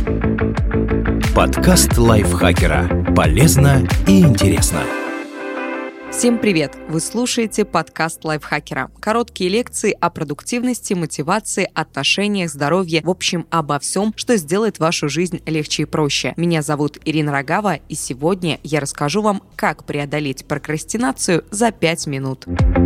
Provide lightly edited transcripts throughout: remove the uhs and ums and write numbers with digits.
Подкаст лайфхакера. Полезно и интересно. Всем привет! Вы слушаете подкаст лайфхакера. Короткие лекции о продуктивности, мотивации, отношениях, здоровье, в общем, обо всем, что сделает вашу жизнь легче и проще. Меня зовут Ирина Рогава, и сегодня я расскажу вам, как преодолеть прокрастинацию за 5 минут.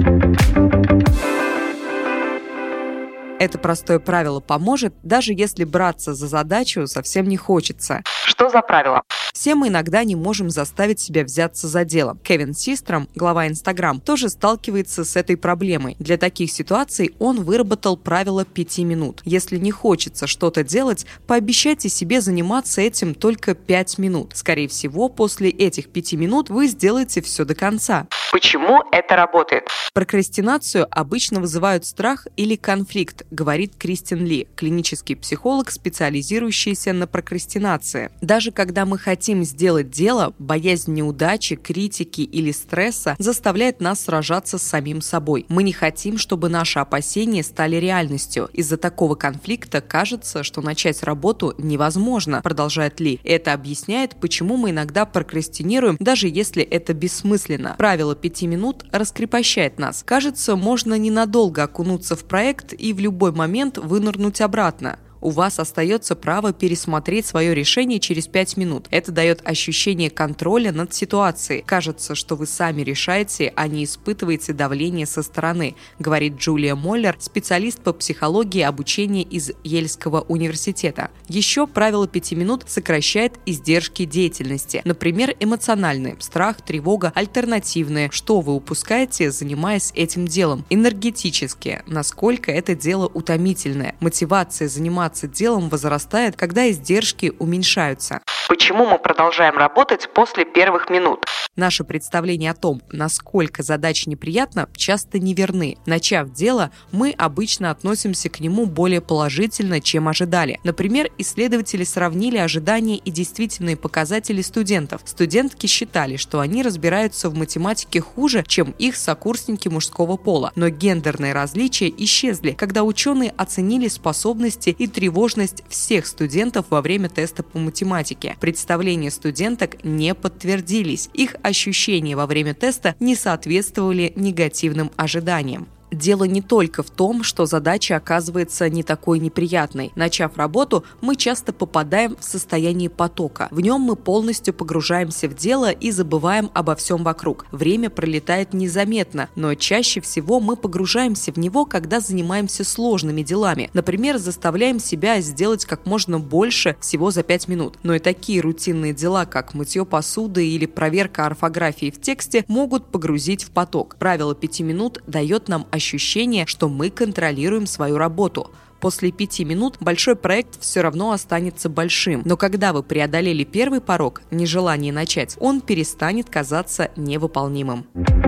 Это простое правило поможет, даже если браться за задачу совсем не хочется. Что за правило? Все мы иногда не можем заставить себя взяться за дело. Кевин Систром, глава Instagram, тоже сталкивается с этой проблемой. Для таких ситуаций он выработал правило 5 минут. Если не хочется что-то делать, пообещайте себе заниматься этим только 5 минут. Скорее всего, после этих 5 минут вы сделаете все до конца. Почему это работает? Прокрастинацию обычно вызывают страх или конфликт, говорит Кристин Ли, клинический психолог, специализирующийся на прокрастинации. Даже когда мы хотим сделать дело, боязнь неудачи, критики или стресса заставляет нас сражаться с самим собой. Мы не хотим, чтобы наши опасения стали реальностью. Из-за такого конфликта кажется, что начать работу невозможно, продолжает Ли. Это объясняет, почему мы иногда прокрастинируем, даже если это бессмысленно. Правило 5 минут раскрепощает нас. Кажется, можно ненадолго окунуться в проект и в любой момент вынырнуть обратно. У вас остается право пересмотреть свое решение через 5 минут. Это дает ощущение контроля над ситуацией. Кажется, что вы сами решаете, а не испытываете давление со стороны, говорит Джулия Моллер, специалист по психологии обучения из Йельского университета. Еще правило 5 минут сокращает издержки деятельности. Например, эмоциональные, страх, тревога, альтернативные. Что вы упускаете, занимаясь этим делом? Энергетические, насколько это дело утомительное. Мотивация заниматься делом возрастает, когда издержки уменьшаются. Почему мы продолжаем работать после первых минут? Наше представление о том, насколько задача неприятна, часто неверны. Начав дело, мы обычно относимся к нему более положительно, чем ожидали. Например, исследователи сравнили ожидания и действительные показатели студентов. Студентки считали, что они разбираются в математике хуже, чем их сокурсники мужского пола. Но гендерные различия исчезли, когда ученые оценили способности и тревожность всех студентов во время теста по математике. Представления студенток не подтвердились. Их ощущения во время теста не соответствовали негативным ожиданиям. Дело не только в том, что задача оказывается не такой неприятной. Начав работу, мы часто попадаем в состояние потока. В нем мы полностью погружаемся в дело и забываем обо всем вокруг. Время пролетает незаметно, но чаще всего мы погружаемся в него, когда занимаемся сложными делами. Например, заставляем себя сделать как можно больше всего за 5 минут. Но и такие рутинные дела, как мытье посуды или проверка орфографии в тексте, могут погрузить в поток. Правило 5 минут дает нам ощущение, что мы контролируем свою работу. После 5 минут большой проект все равно останется большим. Но когда вы преодолели первый порог, нежелание начать, он перестанет казаться невыполнимым.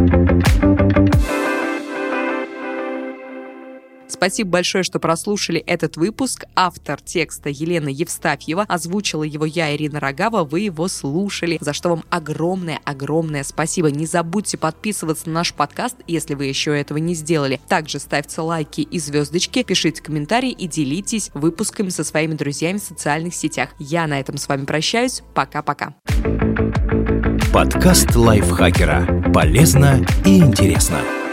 Спасибо большое, что прослушали этот выпуск. Автор текста Елена Евстафьева. Озвучила его я, Ирина Рогава. Вы его слушали, за что вам огромное спасибо. Не забудьте подписываться на наш подкаст, если вы еще этого не сделали. Также ставьте лайки и звездочки, пишите комментарии и делитесь выпусками со своими друзьями в социальных сетях. Я на этом с вами прощаюсь. Пока-пока. Подкаст лайфхакера. Полезно и интересно.